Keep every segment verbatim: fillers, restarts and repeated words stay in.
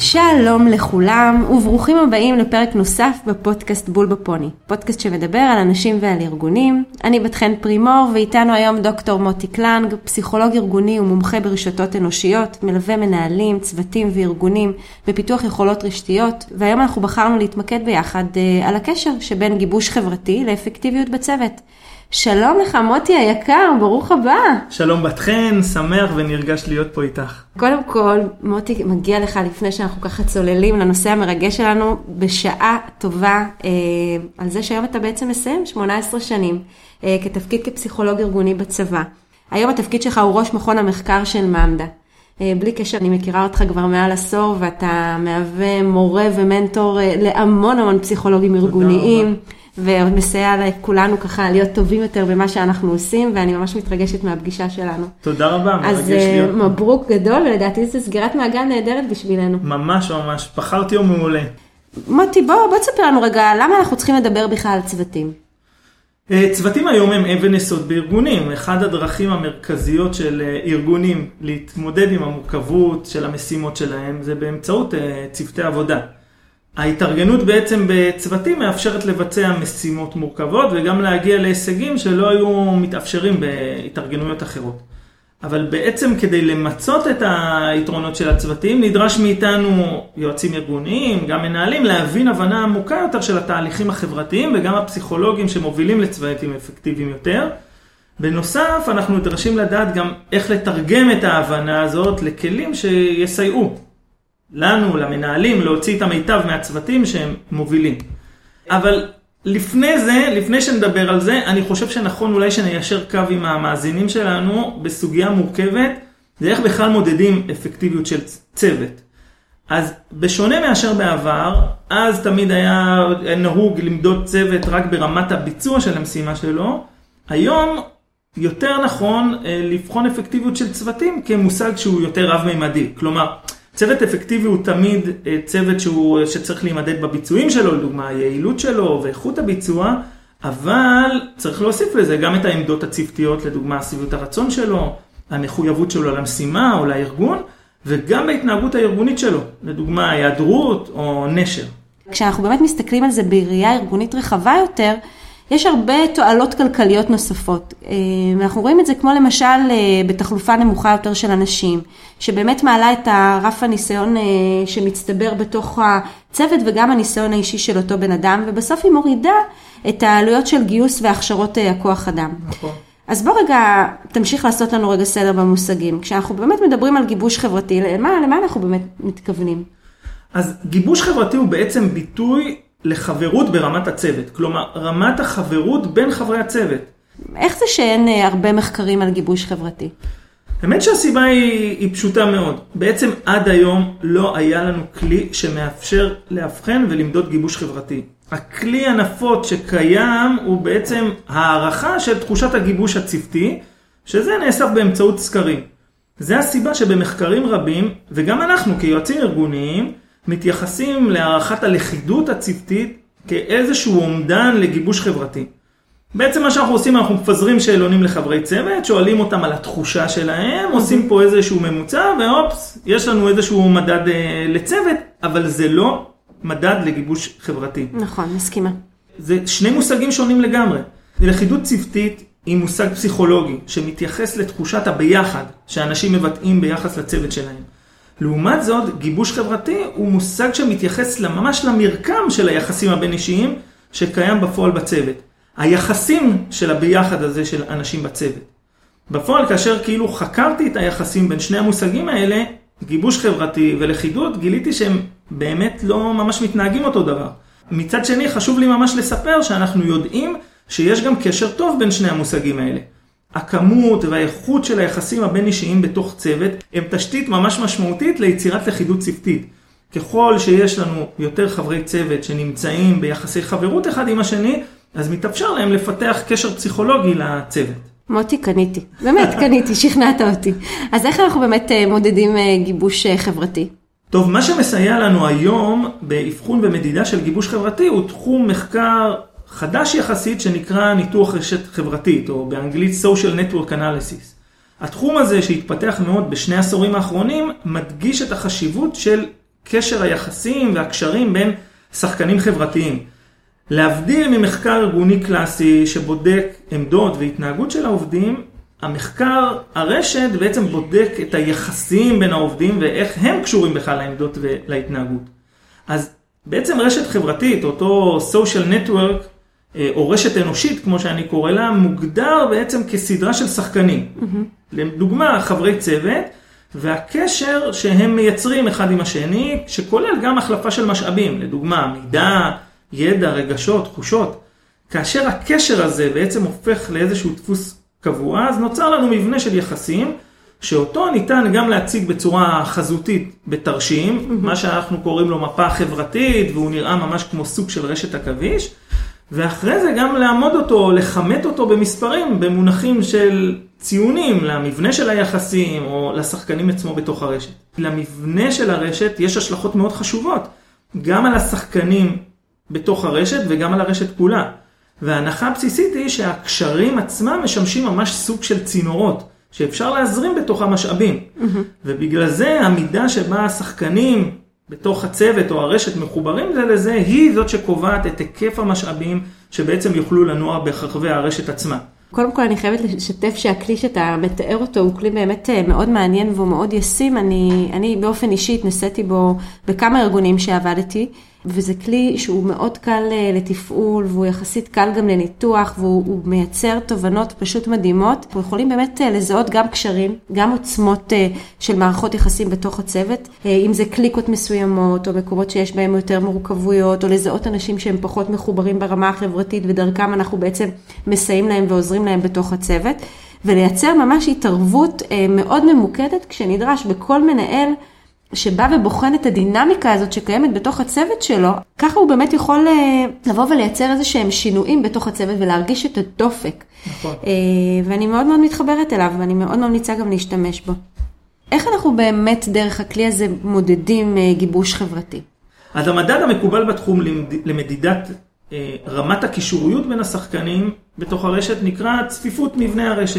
שלום לכולם וברוכים הבאים לפרק נוסף בפודקאסט בול בפוני, פודקאסט שמדבר על אנשים ועל ארגונים. אני בת חן פרימור ואיתנו היום דוקטור מוטי קלנג, פסיכולוג ארגוני ומומחה ברשתות אנושיות, מלווה מנהלים, צוותים וארגונים בפיתוח יכולות רשתיות, והיום אנחנו בחרנו להתמקד ביחד אה, על הקשר שבין גיבוש חברתי לאפקטיביות בצוות. שלום לך מוטי היקר, ברוך הבא. שלום בת חן, שמח ונרגש להיות פה איתך. קודם כל, מוטי מגיע לך לפני שאנחנו ככה צוללים לנושא המרגש שלנו, בשעה טובה אה, על זה שהיום אתה בעצם מסיים שמונה עשרה שנים אה, כתפקיד כפסיכולוג ארגוני בצבא. היום התפקיד שלך הוא ראש מכון המחקר של ממדה. אה, בלי קשר, אני מכירה אותך כבר מעל עשור, ואתה מהווה מורה ומנטור אה, להמון המון פסיכולוגים ארגוניים. ומסייע לכולנו ככה להיות טובים יותר במה שאנחנו עושים, ואני ממש מתרגשת מהפגישה שלנו. תודה רבה, מרגש אז להיות. אז מברוק גדול, ולדעתי זו סגירת מעגל נהדרת בשבילנו. ממש ממש, בחרתי יום מעולה. מוטי, בוא, בוא תספר לנו רגע, למה אנחנו צריכים לדבר בכלל על צוותים? צוותים היום הם אבן יסוד בארגונים. אחד הדרכים המרכזיות של ארגונים להתמודד עם המורכבות של המשימות שלהם, זה באמצעות צוותי עבודה. ההתארגנות בעצם בצוותים מאפשרת לבצע משימות מורכבות וגם להגיע להישגים שלא היו מתאפשרים בהתארגנויות אחרות. אבל בעצם כדי למצות את היתרונות של הצוותים נדרש מאיתנו יועצים ארגוניים, גם מנהלים, להבין הבנה עמוקה יותר של התהליכים החברתיים וגם הפסיכולוגים שמובילים לצוותים אפקטיביים יותר. בנוסף אנחנו נדרשים לדעת גם איך לתרגם את ההבנה הזאת לכלים שיסייעו לנו, למנהלים, להוציא את המיטב מהצוותים שהם מובילים. אבל לפני זה, לפני שנדבר על זה, אני חושב שנכון אולי שניישר קו עם המאזינים שלנו בסוגיה מורכבת, זה איך בכלל מודדים אפקטיביות של צוות. אז בשונה מאשר בעבר, אז תמיד היה נהוג למדוד צוות רק ברמת הביצוע של המשימה שלו. היום יותר נכון לבחון אפקטיביות של צוותים כמושג שהוא יותר רב-מימדי. כלומר, צוות אפקטיבי הוא תמיד צוות שהוא, שצריך להימדד בביצועים שלו, לדוגמה היעילות שלו ואיכות הביצוע, אבל צריך להוסיף לזה גם את העמדות הצוותיות, לדוגמה סביבות הרצון שלו, המחויבות שלו למשימה או לארגון, וגם בהתנהגות הארגונית שלו, לדוגמה היעדרות או נשר. כשאנחנו באמת מסתכלים על זה בראייה ארגונית רחבה יותר, יש הרבה תועלות כלכליות נוספות. אנחנו רואים את זה כמו למשל בתחלופה נמוכה יותר של אנשים, שבאמת מעלה את הרף הניסיון שמצטבר בתוך הצוות וגם הניסיון האישי של אותו בן אדם, ובסוף היא מורידה את העלויות של גיוס והכשרות הכוח אדם. נכון. אז בוא רגע, תמשיך לעשות לנו רגע סדר במושגים. כשאנחנו באמת מדברים על גיבוש חברתי, למה, למה אנחנו באמת מתכוונים? אז גיבוש חברתי הוא בעצם ביטוי לחברות ברמת הצוות, כלומר רמת החברות בין חברי הצוות. איך זה שאין הרבה מחקרים על גיבוש חברתי? האמת שהסיבה היא, היא פשוטה מאוד. בעצם עד היום לא היה לנו כלי שמאפשר להבחן ולמדוד גיבוש חברתי. הכלי הנפוץ שקיים הוא בעצם הערכה של תחושת הגיבוש הצוותי, שזה נאסף באמצעות סקרים. זה הסיבה שבמחקרים רבים, וגם אנחנו כיועצים ארגוניים, מתייחסים להערכת הלכידות הצוותית כאיזשהו אומדן לגיבוש חברתי. בעצם מה שאנחנו עושים, אנחנו מפזרים שאלונים לחברי צוות, שואלים אותם על התחושה שלהם, עושים פה איזשהו ממוצע, ואופס, יש לנו איזשהו מדד אה, לצוות, אבל זה לא מדד לגיבוש חברתי. נכון, מסכימה. זה שני מושגים שונים לגמרי. לכידות צוותית היא מושג פסיכולוגי, שמתייחס לתחושת הביחד שאנשים מבטאים ביחס לצוות שלהם. לעומת זאת, גיבוש חברתי הוא מושג שמתייחס ממש למרקם של היחסים הבין-אישיים שקיים בפועל בצוות. היחסים של הביחד הזה של אנשים בצוות. בפועל, כאשר כאילו חקרתי את היחסים בין שני המושגים האלה, גיבוש חברתי ולכידות, גיליתי שהם באמת לא ממש מתנהגים אותו דבר. מצד שני, חשוב לי ממש לספר שאנחנו יודעים שיש גם קשר טוב בין שני המושגים האלה. הכמות והאיכות של היחסים הבין-אישיים בתוך צוות הם תשתית ממש משמעותית ליצירת לכידות צוותית. ככל שיש לנו יותר חברי צוות שנמצאים ביחסי חברות אחד עם השני, אז מתאפשר להם לפתח קשר פסיכולוגי לצוות. מוטי, קניתי. באמת קניתי, שכנעת אותי. אז איך אנחנו באמת מודדים גיבוש חברתי? טוב, מה שמסייע לנו היום באבחון ומדידה של גיבוש חברתי הוא תחום מחקר חדש יחסית שנקרא ניתוח רשת חברתית, או באנגלית Social Network Analysis. התחום הזה שהתפתח מאוד בשני עשורים האחרונים מדגיש את החשיבות של קשר היחסים והקשרים בין שחקנים חברתיים. להבדיל ממחקר ארגוני קלאסי שבודק עמדות והתנהגות של העובדים, המחקר הרשת בעצם בודק את היחסים בין העובדים ואיך הם קשורים בכלל לעמדות ולהתנהגות. אז בעצם רשת חברתית, אותו social network, או רשת אנושית, כמו שאני קורא לה, מוגדר בעצם כסדרה של שחקנים. Mm-hmm. לדוגמה, חברי צוות, והקשר שהם מייצרים אחד עם השני, שכולל גם החלפה של משאבים, לדוגמה, מידע, ידע, רגשות, תחושות. כאשר הקשר הזה בעצם הופך לאיזשהו דפוס קבוע, אז נוצר לנו מבנה של יחסים, שאותו ניתן גם להציג בצורה חזותית בתרשים, mm-hmm. מה שאנחנו קוראים לו מפה חברתית, והוא נראה ממש כמו סוג של רשת עכביש, ואחרי זה גם לעמוד אותו, לחמת אותו במספרים, במונחים של ציונים למבנה של היחסים או לשחקנים עצמו בתוך הרשת. למבנה של הרשת יש השלכות מאוד חשובות, גם על השחקנים בתוך הרשת וגם על הרשת כולה. וההנחה הבסיסית היא שהקשרים עצמם משמשים ממש סוג של צינורות, שאפשר להזרים בתוך המשאבים. Mm-hmm. ובגלל זה המידה שבה השחקנים בתוך הצוות או הרשת מחוברים זה לזה, היא זאת שקובעת את היקף המשאבים שבעצם יוכלו לנוע ברחבי הרשת עצמה. קודם כל אני חייבת לשתף שהכלי שאתה מתאר אותו הוא כלי באמת מאוד מעניין והוא מאוד ישים. אני, אני באופן אישי התנסיתי בו בכמה ארגונים שעבדתי, וזה כלי שהוא מאוד קל לתפעול, והוא יחסית קל גם לניתוח, והוא מייצר תובנות פשוט מדהימות. אנחנו יכולים באמת לזהות גם קשרים, גם עוצמות של מערכות יחסים בתוך הצוות, אם זה קליקות מסוימות, או מקומות שיש בהם יותר מורכבויות, או לזהות אנשים שהם פחות מחוברים ברמה החברתית, ודרכם אנחנו בעצם מסייעים להם ועוזרים להם בתוך הצוות, ולייצר ממש התערבות מאוד ממוקדת כשנדרש בכל מנהל, שבא ובוחן את הדינמיקה הזאת שקיימת בתוך הצוות שלו, ככה הוא באמת יכול לבוא ולייצר איזה שהם שינויים בתוך הצוות ולהרגיש את הדופק. נכון. ואני מאוד מאוד מתחברת אליו, ואני מאוד ממליצה גם להשתמש בו. איך אנחנו באמת דרך הכלי הזה מודדים גיבוש חברתי? אז המדד המקובל בתחום למדידת רמת הקישוריות בין השחקנים בתוך הרשת נקרא צפיפות מבנה הרשת.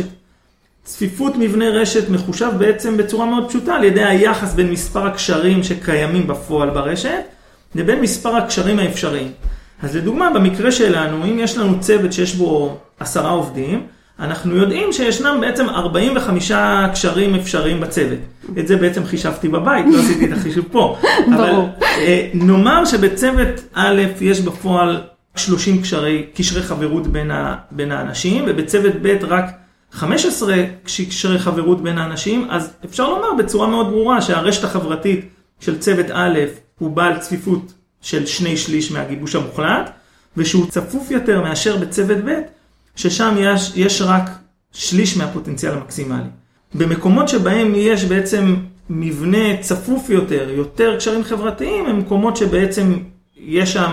צפיפות מבנה רשת מחושב בעצם בצורה מאוד פשוטה על ידי היחס בין מספר הקשרים שקיימים בפועל ברשת לבין מספר הקשרים האפשריים. אז לדוגמה, במקרה שלנו, אם יש לנו צוות שיש בו עשרה עובדים, אנחנו יודעים שישנם בעצם ארבעים וחמישה קשרים אפשריים בצוות. את זה בעצם חישבתי בבית, לא עשיתי את החישוב פה. ברור. אבל נאמר שבצוות א' יש בפועל שלושים קשרי, קשרי חברות בין, ה, בין האנשים, ובצוות ב' רק חמישה עשר קשרי חברות בין האנשים, אז אפשר לומר בצורה מאוד ברורה שהרשת החברתית של צוות א' הוא בעל צפיפות של שני שליש מהגיבוש המוחלט, ושהוא צפוף יותר מאשר בצוות ב' ששם יש, יש רק שליש מהפוטנציאל המקסימלי. במקומות שבהם יש בעצם מבנה צפוף יותר, יותר קשרים חברתיים, הם מקומות שבעצם יש שם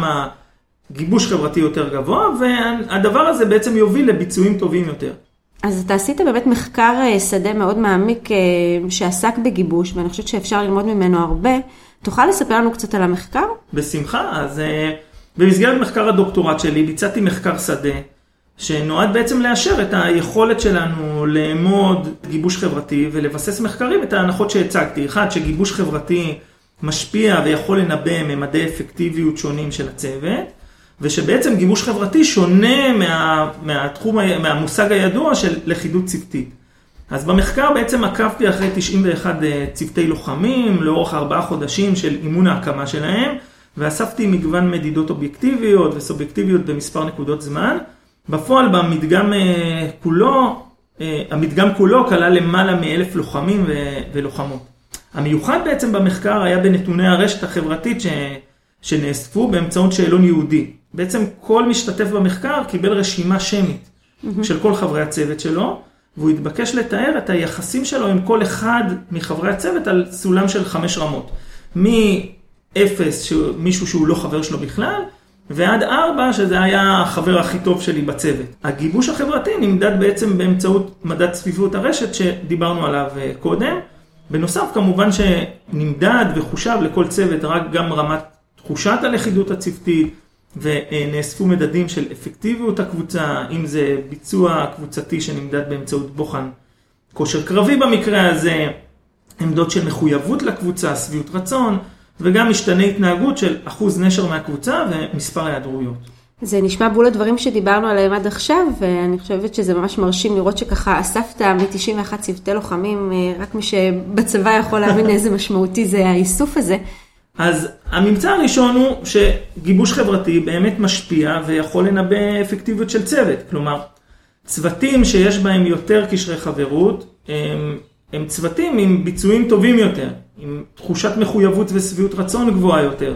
גיבוש חברתי יותר גבוה, והדבר הזה בעצם יוביל לביצועים טובים יותר. אז אתה עשית באמת מחקר שדה מאוד מעמיק שעסק בגיבוש, ואני חושבת שאפשר ללמוד ממנו הרבה. תוכל לספר לנו קצת על המחקר? בשמחה. אז במסגרת מחקר הדוקטורט שלי ביצעתי מחקר שדה, שנועד בעצם לאשר את היכולת שלנו לאמוד גיבוש חברתי ולבסס מחקרים את ההנחות שהצגתי. אחד, שגיבוש חברתי משפיע ויכול לנבא ממדי אפקטיביות שונים של הצוות, ושבעצם גיבוש חברתי שונה מה, מהתחום, מהמושג הידוע של לכידות צוותית. אז במחקר בעצם עקבתי אחרי תשעים ואחד צוותי לוחמים לאורך ארבעה חודשים של אימון ההקמה שלהם, ואספתי מגוון מדידות אובייקטיביות וסובייקטיביות במספר נקודות זמן. בפועל במדגם כולו, המדגם כולו כלל למעלה מאלף לוחמים ולוחמות. המיוחד בעצם במחקר היה בנתוני הרשת החברתית ש... שנאספו באמצעות שאלון יהודי. בעצם כל משתתף במחקר קיבל רשימה שמית mm-hmm. של כל חברי הצוות שלו, והוא התבקש לתאר את היחסים שלו עם כל אחד מחברי הצוות על סולם של חמש רמות. מ-אפס, מישהו שהוא לא חבר שלו בכלל, ועד ארבע, שזה היה החבר הכי טוב שלי בצוות. הגיבוש החברתי נמדד בעצם באמצעות מדד צפיפות הרשת שדיברנו עליו קודם. בנוסף, כמובן שנמדד וחושב לכל צוות רק גם רמת תחושת הלכידות הצוותית, ונאספו מדדים של אפקטיביות הקבוצה, אם זה ביצוע קבוצתי שנמדד באמצעות בוחן כושר קרבי במקרה הזה, עמדות של מחויבות לקבוצה, שביעות רצון, וגם משתנה התנהגות של אחוז נשר מהקבוצה ומספר ההיעדרויות. זה נשמע בול הדברים שדיברנו עליהם עד עכשיו, ואני חושבת שזה ממש מרשים לראות שככה אספת מ-תשעים ואחד צוותי לוחמים, רק מי שבצבא יכול להבין איזה משמעותי זה האיסוף הזה. אז הממצא הראשון הוא שגיבוש חברתי באמת משפיע ויכול לנבא אפקטיביות של צוות. כלומר, צוותים שיש בהם יותר קשרי חברות, הם, הם צוותים עם ביצועים טובים יותר, עם תחושת מחויבות וסביעות רצון גבוהה יותר.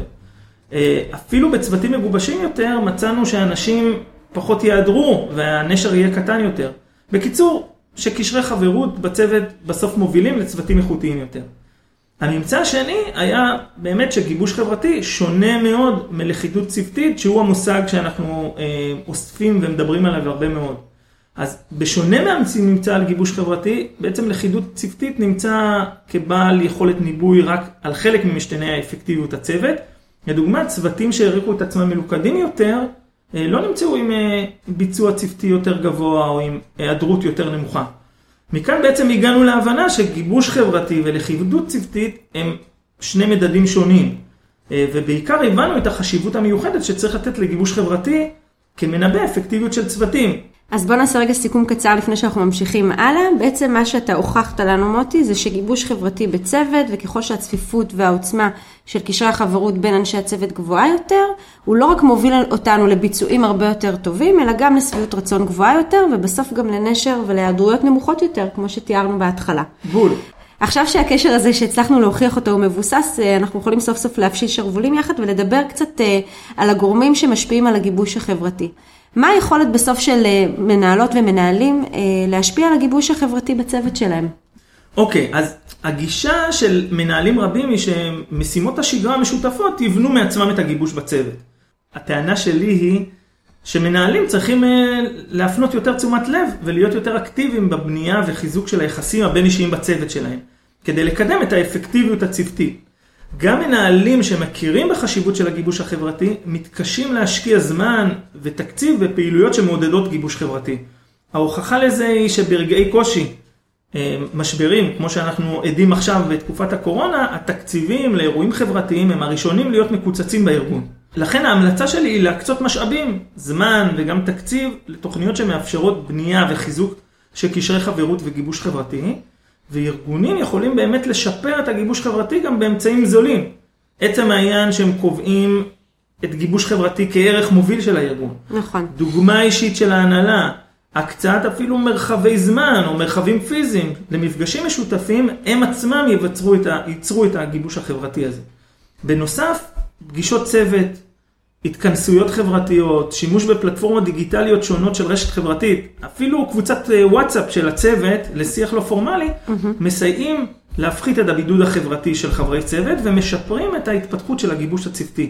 אפילו בצוותים מגובשים יותר מצאנו שאנשים פחות יעדרו והנשר יהיה קטן יותר. בקיצור, שקשרי חברות בצוות בסוף מובילים לצוותים איכותיים יותר. הממצא השני היה באמת שגיבוש חברתי שונה מאוד מלכידות צוותית, שהוא המושג שאנחנו אה, אוספים ומדברים עליו הרבה מאוד. אז בשונה מהממצא על גיבוש חברתי, בעצם לכידות צוותית נמצא כבעל יכולת ניבוי רק על חלק ממשתני האפקטיביות הצוות. לדוגמה, צוותים שהעריכו את עצמם מלוכדים יותר, אה, לא נמצאו עם אה, ביצוע צוותי יותר גבוה או עם היעדרות יותר נמוכה. מכאן בעצם הגענו להבנה שגיבוש חברתי ולכידות צוותית הם שני מדדים שונים. ובעיקר הבנו את החשיבות המיוחדת שצריך לתת לגיבוש חברתי כמנבא אפקטיביות של צוותים. אז בוא נעשה רגע סיכום קצר לפני שאנחנו ממשיכים הלאה. בעצם מה שאתה הוכחת לנו מוטי זה שגיבוש חברתי בצוות, וככל שהצפיפות והעוצמה של קשרי החברות בין אנשי הצוות גבוהה יותר, הוא לא רק מוביל אותנו לביצועים הרבה יותר טובים, אלא גם לשביעות רצון גבוהה יותר, ובסוף גם לנשר ולהיעדרויות נמוכות יותר, כמו שתיארנו בהתחלה. בול. עכשיו שהקשר הזה שהצלחנו להוכיח אותו הוא מבוסס, אנחנו יכולים סוף סוף להפשיל שרוולים יחד ולדבר קצת על הגורמים שמשפיעים על הגיבוש החברתי. מה היכולת בסוף של מנהלות ומנהלים להשפיע על הגיבוש החברתי בצוות שלהם? אוקיי, אז הגישה של מנהלים רבים היא שמשימות השגרה המשותפות יבנו מעצמם את הגיבוש בצוות. הטענה שלי היא שמנהלים צריכים להפנות יותר תשומת לב ולהיות יותר אקטיביים בבנייה וחיזוק של היחסים הבין אישיים בצוות שלהם, כדי לקדם את האפקטיביות הצוותית. גם מנהלים שמכירים בחשיבות של הגיבוש החברתי, מתקשים להשקיע זמן ותקציב בפעילויות שמעודדות גיבוש חברתי. ההוכחה לזה היא שברגעי קושי, משברים, כמו שאנחנו עדים עכשיו בתקופת הקורונה, התקציבים לאירועים חברתיים הם הראשונים להיות מקוצצים בארגון. לכן ההמלצה שלי היא להקצות משאבים, זמן וגם תקציב לתוכניות שמאפשרות בנייה וחיזוק של קשרי חברות וגיבוש חברתי, וארגונים יכולים באמת לשפר את הגיבוש חברתי גם באמצעים זולים. עצם העניין שהם קובעים את גיבוש חברתי כערך מוביל של הארגון. נכון. דוגמה אישית של ההנהלה, הקצאת אפילו מרחבי זמן או מרחבים פיזיים למפגשים משותפים, הם עצמם ייצרו את, ה, ייצרו את הגיבוש החברתי הזה. בנוסף, פגישות צוות, התכנסויות חברתיות, שימוש בפלטפורמות דיגיטליות שונות של רשת חברתית, אפילו קבוצת וואטסאפ של הצוות לשיח לא פורמלי, mm-hmm. מסייעים להפחית את הבידוד החברתי של חברי צוות ומשפרים את ההתפתחות של הגיבוש הצוותי.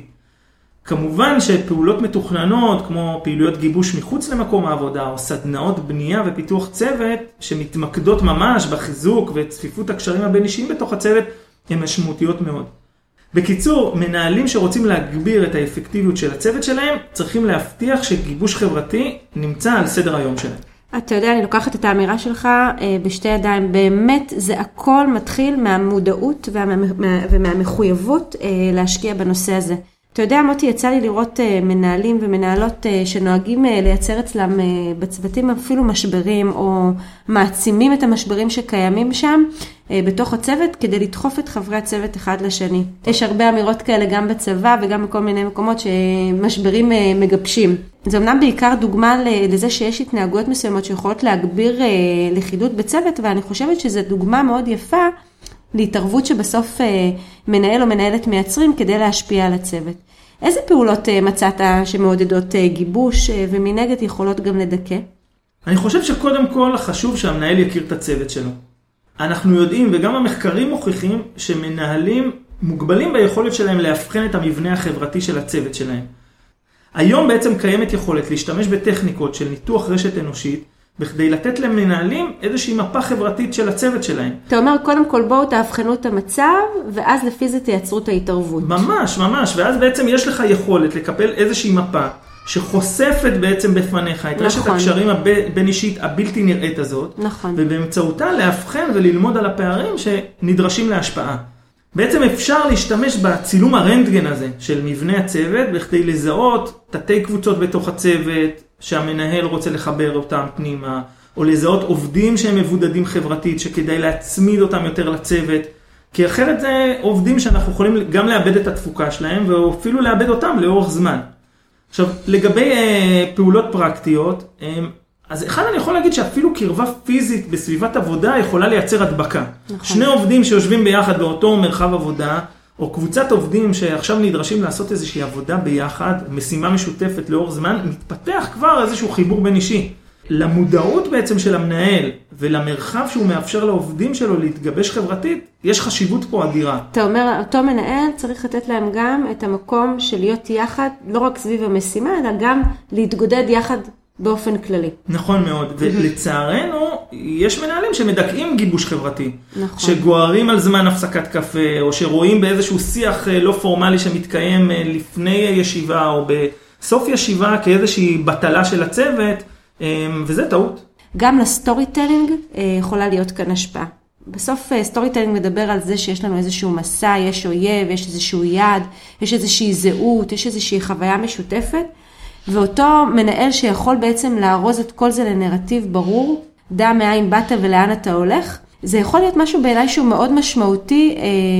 כמובן שפעולות מתוכננות כמו פעילויות גיבוש מחוץ למקום העבודה או סדנאות בנייה ופיתוח צוות שמתמקדות ממש בחיזוק וצפיפות הקשרים הבין אישיים בתוך הצוות הן משמעותיות מאוד. בקיצור, מנהלים שרוצים להגביר את האפקטיביות של הצוות שלהם, צריכים להבטיח שגיבוש חברתי נמצא על סדר היום שלהם. אתה יודע, אני לוקחת את האמירה שלך בשתי ידיים. באמת, זה הכל מתחיל מהמודעות ומהמחויבות להשקיע בנושא הזה. אתה יודע, מוטי, יצא לי לראות מנהלים ומנהלות שנוהגים לייצר אצלם בצוותים אפילו משברים, או מעצימים את המשברים שקיימים שם בתוך הצוות, כדי לדחוף את חברי הצוות אחד לשני. יש הרבה אמירות כאלה גם בצבא וגם בכל מיני מקומות שמשברים מגבשים. זה אמנם בעיקר דוגמה לזה שיש התנהגויות מסוימות שיכולות להגביר לכידות בצוות, ואני חושבת שזו דוגמה מאוד יפה להתערבות שבסוף מנהל או מנהלת מייצרים כדי להשפיע על הצוות. איזה פעולות מצאת שמעודדות גיבוש ומנגד יכולות גם לדכא? אני חושב שקודם כל חשוב שהמנהל יכיר את הצוות שלו. אנחנו יודעים וגם המחקרים מוכיחים שמנהלים מוגבלים ביכולת שלהם להבחן את המבנה החברתי של הצוות שלהם. היום בעצם קיימת יכולת להשתמש בטכניקות של ניתוח רשת אנושית, בכדי לתת למנהלים איזושהי מפה חברתית של הצוות שלהם. אתה אומר, קודם כל בואו תאבחנו את המצב, ואז לפי זה תייצרו את ההתערבות. ממש, ממש, ואז בעצם יש לך יכולת לקבל איזושהי מפה, שחושפת בעצם בפניך את נכון. רשת הקשרים הבין אישית הבלתי נראית הזאת, נכון. ובאמצעותה להבחן וללמוד על הפערים שנדרשים להשפעה. בעצם אפשר להשתמש בצילום הרנטגן הזה של מבנה הצוות, בכדי לזהות תתי קבוצות בתוך הצוות שהמנהל רוצה לחבר אותם פנימה, או לזהות עובדים שהם מבודדים חברתית, שכדאי להצמיד אותם יותר לצוות, כי אחרת זה עובדים שאנחנו יכולים גם לאבד את התפוקה שלהם, ואפילו לאבד אותם לאורך זמן. עכשיו, לגבי אה, פעולות פרקטיות, אה, אז אחד אני יכול להגיד שאפילו קרבה פיזית בסביבת עבודה יכולה לייצר הדבקה. נכון. שני עובדים שיושבים ביחד באותו מרחב עבודה, או קבוצת עובדים שעכשיו נדרשים לעשות איזושהי עבודה ביחד, משימה משותפת לאורך זמן, מתפתח כבר איזשהו חיבור בין אישי. למודעות בעצם של המנהל ולמרחב שהוא מאפשר לעובדים שלו להתגבש חברתית, יש חשיבות פה אדירה. אתה אומר, אותו מנהל צריך לתת להם גם את המקום של להיות יחד, לא רק סביב המשימה, אלא גם להתגודד יחד באופן כללי. נכון מאוד, ולצערנו יש מנהלים שמדכאים גיבוש חברתי, נכון. שגוערים על זמן הפסקת קפה, או שרואים באיזשהו שיח לא פורמלי שמתקיים לפני ישיבה, או בסוף ישיבה כאיזושהי בטלה של הצוות, וזה טעות. גם לסטורי טלינג יכולה להיות כאן השפעה. בסוף סטורי טלינג מדבר על זה שיש לנו איזשהו מסע, יש אויב, יש איזשהו יד, יש איזושהי זהות, יש איזושהי חוויה משותפת, ואותו מנהל שיכול בעצם להרוז את כל זה לנרטיב ברור, דע מאין באת ולאן אתה הולך, זה יכול להיות משהו בעיניי שהוא מאוד משמעותי,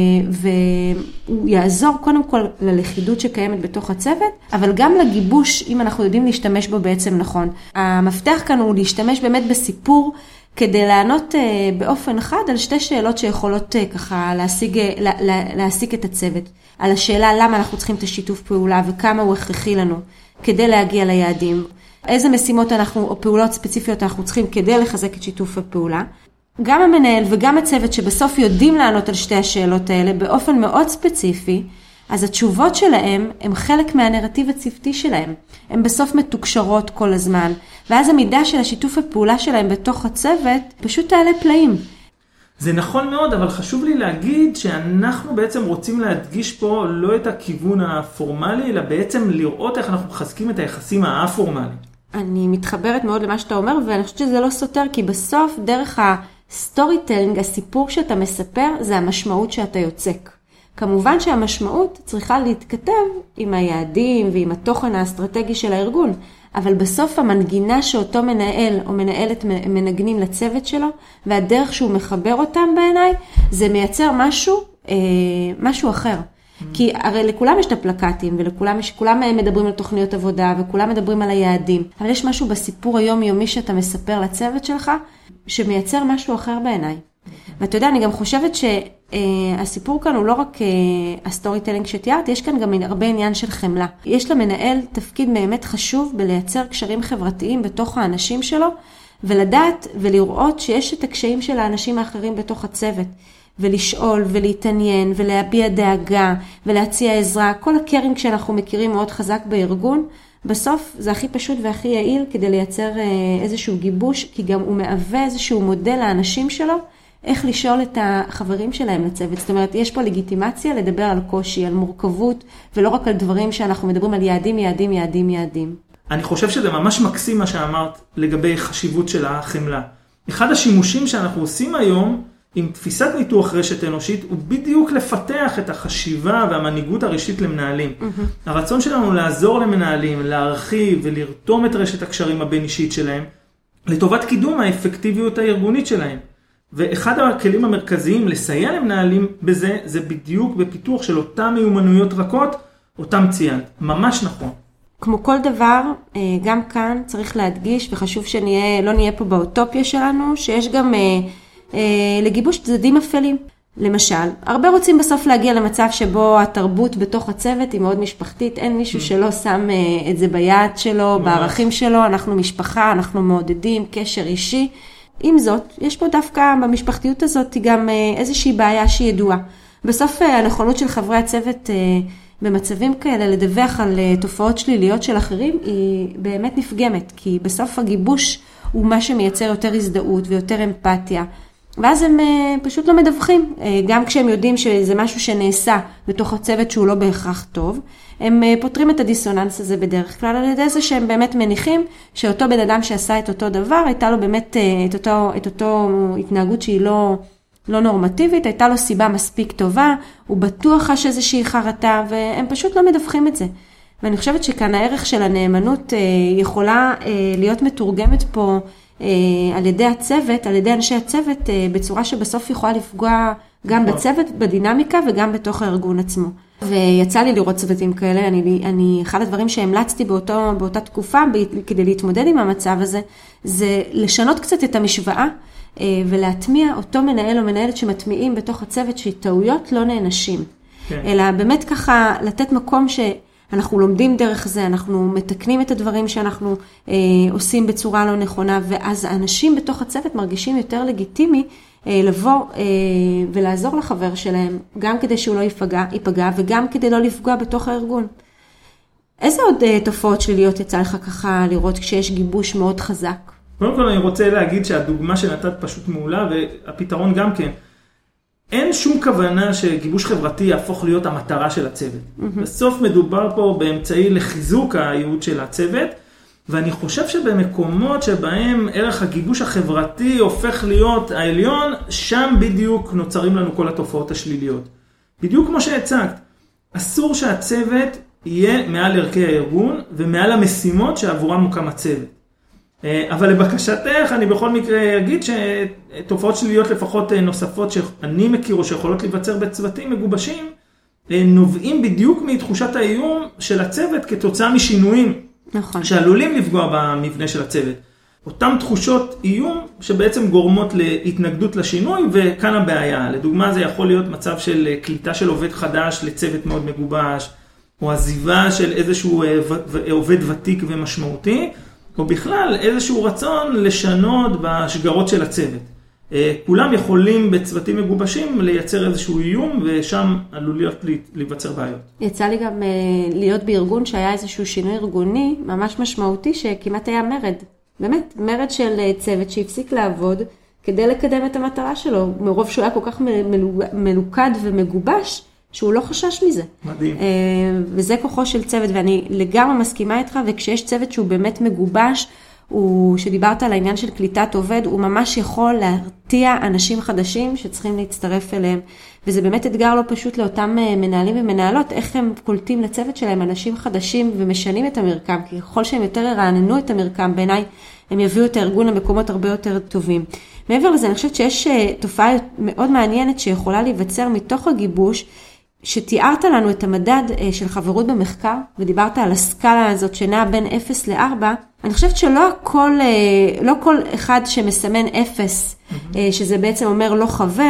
והוא יעזור קודם כל ללכידות שקיימת בתוך הצוות, אבל גם לגיבוש, אם אנחנו יודעים להשתמש בו בעצם נכון. המפתח כאן הוא להשתמש באמת בסיפור, כדי לענות באופן חד על שתי שאלות שיכולות ככה להשיג, להשיג את הצוות. על השאלה למה אנחנו צריכים את השיתוף פעולה וכמה הוא הכרחי לנו כדי להגיע ליעדים. איזה משימות אנחנו, או פעולות ספציפיות אנחנו צריכים כדי לחזק את שיתוף הפעולה. גם המנהל וגם הצוות שבסוף יודעים לענות על שתי השאלות האלה באופן מאוד ספציפי, אז התשובות שלהם הם חלק מהנרטיב הצוותי שלהם. הם בסוף מתוקשרות כל הזמן, ואז המידה של השיתוף הפעולה שלהם בתוך הצוות פשוט תעלה פלאים. זה נכון מאוד, אבל חשוב לי להגיד שאנחנו בעצם רוצים להדגיש פה לא את הכיוון הפורמלי, אלא בעצם לראות איך אנחנו מחזקים את היחסים האפורמליים. אני מתחברת מאוד למה שאתה אומר, ואני חושבת שזה לא סותר, כי בסוף דרך הסטורי טלינג, הסיפור שאתה מספר, זה המשמעות שאתה יוצק. כמובן שהמשמעות צריכה להתכתב עם היעדים ועם התוכן האסטרטגי של הארגון, אבל בסוף המנגינה שאותו מנהל או מנהלת מנגנים לצוות שלו, והדרך שהוא מחבר אותם בעיניי, זה מייצר משהו, אה, משהו אחר. Mm-hmm. כי הרי לכולם יש את הפלקטים, ולכולם יש, כולם מדברים על תוכניות עבודה, וכולם מדברים על היעדים, אבל יש משהו בסיפור היומיומי שאתה מספר לצוות שלך, שמייצר משהו אחר בעיניי. ואתה יודע, אני גם חושבת שהסיפור כאן הוא לא רק הסטורי טלינג שתיארתי, יש כאן גם הרבה עניין של חמלה. יש למנהל תפקיד באמת חשוב בלייצר קשרים חברתיים בתוך האנשים שלו, ולדעת ולראות שיש את הקשיים של האנשים האחרים בתוך הצוות, ולשאול ולהתעניין ולהביע דאגה ולהציע עזרה. כל הקרינג שאנחנו מכירים מאוד חזק בארגון, בסוף זה הכי פשוט והכי יעיל כדי לייצר איזשהו גיבוש, כי גם הוא מהווה איזשהו מודל לאנשים שלו, איך לשאול את החברים שלהם לצוות. זאת אומרת, יש פה לגיטימציה לדבר על קושי, על מורכבות, ולא רק על דברים שאנחנו מדברים על יעדים, יעדים, יעדים, יעדים. אני חושב שזה ממש מקסים מה שאמרת לגבי חשיבות של החמלה. אחד השימושים שאנחנו עושים היום, עם תפיסת ניתוח רשת אנושית, הוא בדיוק לפתח את החשיבה והמנהיגות הראשית למנהלים. Mm-hmm. הרצון שלנו לעזור למנהלים, להרחיב ולרתום את רשת הקשרים הבין אישית שלהם, לטובת קידום האפקטיביות הארגונית שלהם. ואחד הכלים המרכזיים לסייע למנהלים בזה, זה בדיוק בפיתוח של אותם מיומנויות רכות, אותם ציינת. ממש נכון. כמו כל דבר, גם כאן צריך להדגיש, וחשוב שלא נהיה פה באוטופיה שלנו, שיש גם לגיבוש צדדים אפלים. למשל, הרבה רוצים בסוף להגיע למצב שבו התרבות בתוך הצוות היא מאוד משפחתית, אין מישהו שלא שם את זה ביד שלו, בערכים שלו, אנחנו משפחה, אנחנו מעודדים, קשר אישי. עם זאת, יש פה דווקא במשפחתיות הזאת גם איזושהי בעיה שהיא ידועה. בסוף הנכונות של חברי הצוות במצבים כאלה לדווח על תופעות שליליות של אחרים היא באמת נפגמת, כי בסוף הגיבוש הוא מה שמייצר יותר הזדהות ויותר אמפתיה, ואז הם פשוט לא מדווחים, גם כשהם יודעים שזה משהו שנעשה בתוך הצוות שהוא לא בהכרח טוב, הם פותרים את הדיסוננס הזה בדרך כלל על ידי זה שהם באמת מניחים שאותו בן אדם שעשה את אותו דבר, הייתה לו באמת את אותו, את אותו התנהגות שהיא לא, לא נורמטיבית, הייתה לו סיבה מספיק טובה, הוא בטוח חש איזושהי חרטה, והם פשוט לא מדווחים את זה. ואני חושבת שכאן הערך של הנאמנות יכולה להיות מתורגמת פה על ידי הצוות, על ידי אנשי הצוות, בצורה שבסוף יכולה לפגוע גם בצוות, בדינמיקה וגם בתוך הארגון עצמו. ויצא לי לראות צוותים כאלה, אני, אני, אחד הדברים שהמלצתי באותו, באותה תקופה, כדי להתמודד עם המצב הזה, זה לשנות קצת את המשוואה, ולהטמיע אותו מנהל או מנהלת שמטמיעים בתוך הצוות שטעויות לא נענשים. כן. אלא באמת ככה לתת מקום שאנחנו לומדים דרך זה, אנחנו מתקנים את הדברים שאנחנו אה, עושים בצורה לא נכונה, ואז האנשים בתוך הצוות מרגישים יותר לגיטימי אה, לבוא אה, ולעזור לחבר שלהם, גם כדי שהוא לא ייפגע, ייפגע וגם כדי לא לפגוע בתוך הארגון. איזה עוד אה, תופעות שליליות יצא לך ככה לראות כשיש גיבוש מאוד חזק? קודם כל אני רוצה להגיד שהדוגמה שנתת פשוט מעולה, והפתרון גם כן. אין שום כוונה שגיבוש חברתי יהפוך להיות המטרה של הצוות. Mm-hmm. בסוף מדובר פה באמצעי לחיזוק הייעוד של הצוות, ואני חושב שבמקומות שבהם ערך הגיבוש החברתי הופך להיות העליון, שם בדיוק נוצרים לנו כל התופעות השליליות. בדיוק כמו שהצגת, אסור שהצוות יהיה מעל ערכי הארגון ומעל המשימות שעבורם מוקם הצוות. אבל לבקשתך, אני בכל מקרה אגיד שתופעות שליליות לפחות נוספות שאני מכיר או שיכולות להיווצר בצוותים מגובשים, נובעים בדיוק מתחושת האיום של הצוות כתוצאה משינויים נכון. שעלולים לפגוע במבנה של הצוות. אותם תחושות איום שבעצם גורמות להתנגדות לשינוי, וכאן הבעיה. לדוגמה, זה יכול להיות מצב של קליטה של עובד חדש לצוות מאוד מגובש, או עזיבה של איזשהו עובד ותיק ומשמעותי, או בכלל איזשהו רצון לשנות בשגרות של הצוות. כולם יכולים בצוותים מגובשים לייצר איזשהו איום, ושם עלול להיווצר בעיות. יצא לי גם להיות בארגון שהיה איזשהו שינוי ארגוני ממש משמעותי, שכמעט היה מרד. באמת, מרד של צוות שהפסיק לעבוד כדי לקדם את המטרה שלו, מרוב שהוא היה כל כך מלוכד ומגובש, שהוא לא חשש מזה. מדהים. וזה כוחו של צוות, ואני לגמרי מסכימה איתך, וכשיש צוות שהוא באמת מגובש, הוא, שדיברת על העניין של קליטת עובד, הוא ממש יכול להרתיע אנשים חדשים שצריכים להצטרף אליהם. וזה באמת אתגר לא פשוט לאותם מנהלים ומנהלות, איך הם קולטים לצוות שלהם אנשים חדשים ומשנים את המרקם, כי ככל שהם יותר ירעננו את המרקם, בעיניי הם יביאו את הארגון למקומות הרבה יותר טובים. מעבר לזה, אני חושבת שיש תופעה מאוד מעניינת שיכולה להיווצר מתוך הגיבוש, שתיארת לנו את המדד של חברות במחקר, ודיברת על הסקאלה הזאת שנעה בין אפס לארבע, אני חושבת שלא הכל, לא כל אחד שמסמן אפס, mm-hmm. שזה בעצם אומר לא חבר,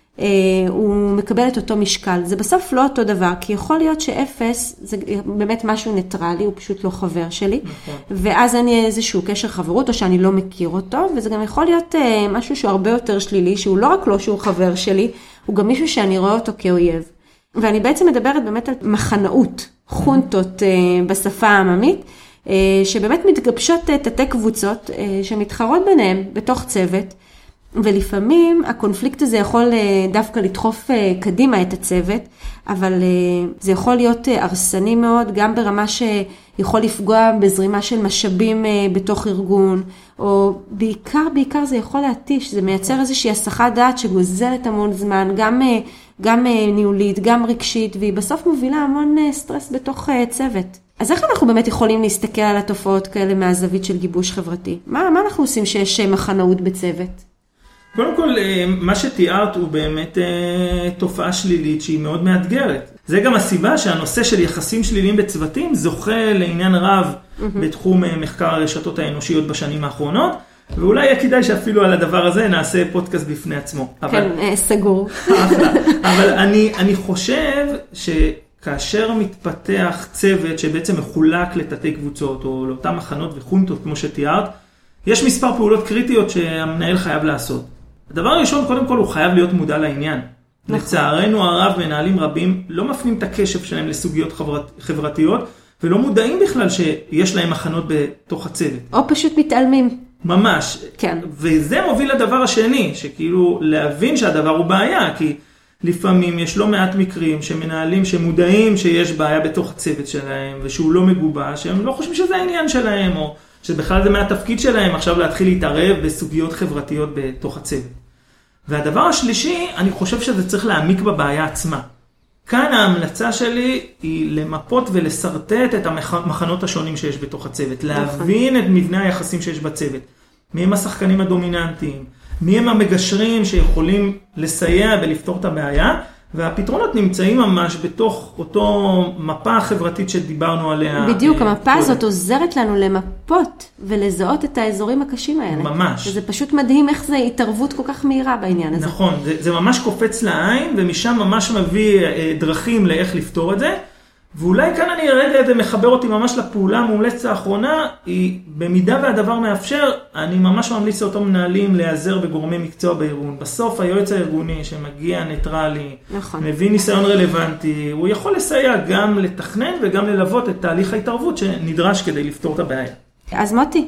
הוא מקבל את אותו משקל. זה בסוף לא אותו דבר, כי יכול להיות שאפס זה באמת משהו ניטרלי, הוא פשוט לא חבר שלי, נכון. ואז אני איזשהו קשר חברות, או שאני לא מכיר אותו, וזה גם יכול להיות משהו שהוא הרבה יותר שלילי, שהוא לא רק לא שהוא חבר שלי, הוא גם מישהו שאני רואה אותו כאויב. ואני בעצם מדברת באמת על מחנאות, חונטות בשפה העממית, שבאמת מתגבשות תתי קבוצות שמתחרות ביניהם בתוך צוות, ולפעמים הקונפליקט הזה יכול דווקא לדחוף קדימה את הצוות, אבל זה יכול להיות הרסני מאוד, גם ברמה שיכול לפגוע בזרימה של משאבים בתוך ארגון, או בעיקר, בעיקר זה יכול להתיש, זה מייצר איזושהי הסחת דעת שגוזלת המון זמן, גם, גם ניהולית, גם רגשית, והיא בסוף מובילה המון סטרס בתוך צוות. אז איך אנחנו באמת יכולים להסתכל על התופעות כאלה מהזווית של גיבוש חברתי? מה, מה אנחנו עושים שיש מחנאות בצוות? קודם כל, מה שתיארת הוא באמת תופעה שלילית שהיא מאוד מאתגרת. זה גם הסיבה שהנושא של יחסים שליליים בצוותים זוכה לעניין רב mm-hmm. בתחום מחקר הרשתות האנושיות בשנים האחרונות, ואולי יהיה כדאי שאפילו על הדבר הזה נעשה פודקאסט בפני עצמו. כן, אבל... סגור. אבל אני, אני חושב שכאשר מתפתח צוות שבעצם מחולק לתתי קבוצות או לאותן מחנות וחונטות כמו שתיארת, יש מספר פעולות קריטיות שהמנהל חייב לעשות. הדבר הראשון, קודם כל, הוא חייב להיות מודע לעניין. נכון. לצערנו הרב, מנהלים רבים לא מפנים את הקשב שלהם לסוגיות חברת, חברתיות, ולא מודעים בכלל שיש להם מחנות בתוך הצוות. או פשוט מתעלמים. ממש. כן. וזה מוביל לדבר השני, שכאילו להבין שהדבר הוא בעיה, כי לפעמים יש לא מעט מקרים שמנהלים שמודעים שיש בעיה בתוך הצוות שלהם, ושהוא לא מגובש, הם לא חושבים שזה העניין שלהם, או שבכלל זה מהתפקיד שלהם עכשיו להתחיל להתערב בסוגיות חברתיות בתוך הצוות. והדבר השלישי, אני חושב שזה צריך להעמיק בבעיה עצמה. כאן ההמלצה שלי היא למפות ולסרטט את המחנות השונים שיש בתוך הצוות, להבין את מבנה היחסים שיש בצוות, מי הם השחקנים הדומיננטיים, מי הם המגשרים שיכולים לסייע ולפתור את הבעיה, והפתרונות נמצאים ממש בתוך אותו מפה חברתית שדיברנו עליה. בדיוק, המפה הזאת עוזרת לנו למפות ולזהות את האזורים הקשים האלה. ממש. וזה פשוט מדהים איך זה התערבות כל כך מהירה בעניין הזה. נכון, זה, זה ממש קופץ לעין, ומשם ממש מביא דרכים לאיך לפתור את זה. ואולי כאן אני רגע, זה מחבר אותי ממש לפעולה המומלצת האחרונה, היא במידה והדבר מאפשר, אני ממש ממליץ לאותו מנהלים להיעזר בגורמי מקצוע בארגון. בסוף היועץ הארגוני שמגיע ניטרלי, נכון. מביא ניסיון רלוונטי, הוא יכול לסייע גם לתכנן וגם ללוות את תהליך ההתערבות שנדרש כדי לפתור את הבעיה. אז מוטי,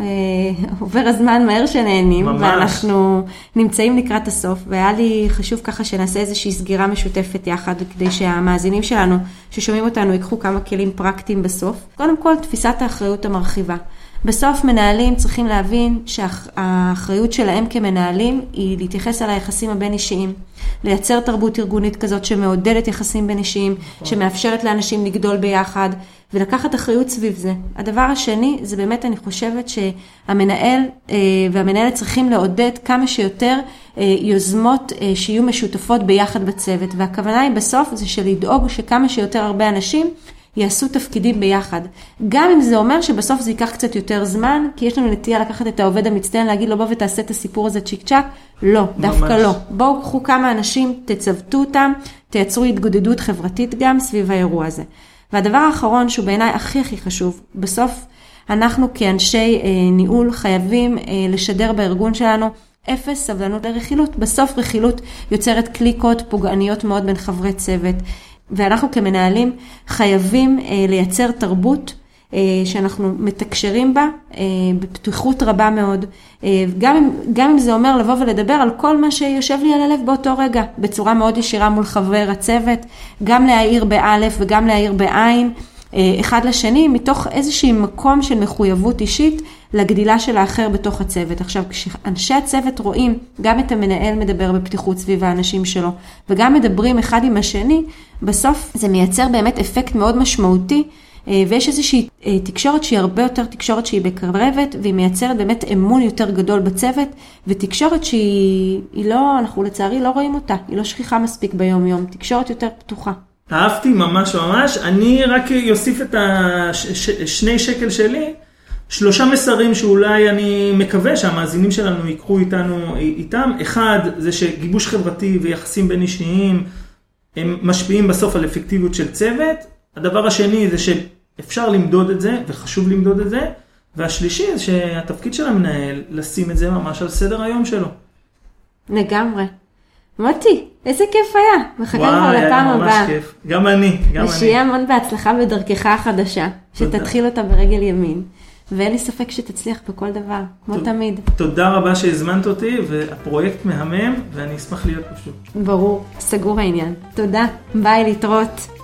עובר הזמן מהר שנהנים, ממש. ואנחנו נמצאים לקראת הסוף, והיה לי חשוב ככה שנעשה איזושהי סגירה משותפת יחד, כדי שהמאזינים שלנו ששומעים אותנו ייקחו כמה כלים פרקטיים בסוף. קודם כל, תפיסת האחריות המרחיבה. בסוף מנהלים צריכים להבין שהאחריות שלהם כמנהלים היא להתייחס על היחסים הבין אישיים, לייצר תרבות ארגונית כזאת שמעודדת יחסים בין אישיים, שמאפשרת לאנשים לגדול ביחד, ולקחת אחריות סביב זה. הדבר השני, זה באמת אני חושבת שהמנהל והמנהלת צריכים לעודד כמה שיותר יוזמות שיהיו משותפות ביחד בצוות, והכוונה היא בסוף זה שלדאוג שכמה שיותר הרבה אנשים יעשו תפקידים ביחד. גם אם זה אומר שבסוף זה ייקח קצת יותר זמן, כי יש לנו נטייה לקחת את העובד המצטיין, להגיד לו בוא ותעשה את הסיפור הזה צ'יק צ'ק. לא, דווקא ממש. לא. בואו קחו כמה אנשים, תצוותו אותם, תייצרו התגודדות חברתית גם סביב האירוע הזה. והדבר האחרון שהוא בעיניי הכי הכי חשוב, בסוף אנחנו כאנשי אה, ניהול חייבים אה, לשדר בארגון שלנו אפס סבלנות לרכילות. בסוף רכילות יוצרת קליקות פוגעניות מאוד בין חברי צוות, ואנחנו כמנהלים חייבים אה, לייצר תרבות אה, שאנחנו מתקשרים בה אה, בפתיחות רבה מאוד, אה, גם, אם, גם אם זה אומר לבוא ולדבר על כל מה שיושב לי על הלב באותו רגע, בצורה מאוד ישירה מול חבר הצוות, גם להעיר באלף וגם להעיר בעין, אה, אחד לשני, מתוך איזושהי מקום של מחויבות אישית לגדילה של האחר בתוך הצוות. עכשיו, כשאנשי הצוות רואים גם את המנהל מדבר בפתיחות סביב האנשים שלו, וגם מדברים אחד עם השני, בסוף זה מייצר באמת אפקט מאוד משמעותי, ויש איזושהי תקשורת שהיא הרבה יותר תקשורת שהיא בקרבת, והיא מייצרת באמת אמון יותר גדול בצוות, ותקשורת שהיא לא, אנחנו לצערי לא רואים אותה, היא לא שכיחה מספיק ביום יום, תקשורת יותר פתוחה. אהבתי ממש ממש, אני רק יוסיף את השני שקל שלי, שלושה מסרים שאולי אני מקווה שהמאזינים שלנו יקחו איתנו איתם. אחד, זה שגיבוש חברתי ויחסים בין אישיים הם משפיעים בסוף על אפקטיביות של צוות. הדבר השני זה שאפשר למדוד את זה וחשוב למדוד את זה. והשלישי זה שהתפקיד של המנהל לשים את זה ממש על סדר היום שלו. לגמרי. מוטי, איזה כיף היה. מחכה כבר לפעם הבאה. ממש כיף. גם אני, גם אני. ושיהיה המון בהצלחה בדרכך החדשה, שתתחיל אותה ברגל ימין. ואין לי ספק שתצליח בכל דבר, כמו תמיד. תודה רבה שהזמנת אותי, והפרויקט מהמם, ואני אשמח להיות פשוט. ברור, סגור העניין. תודה, ביי, להתראות.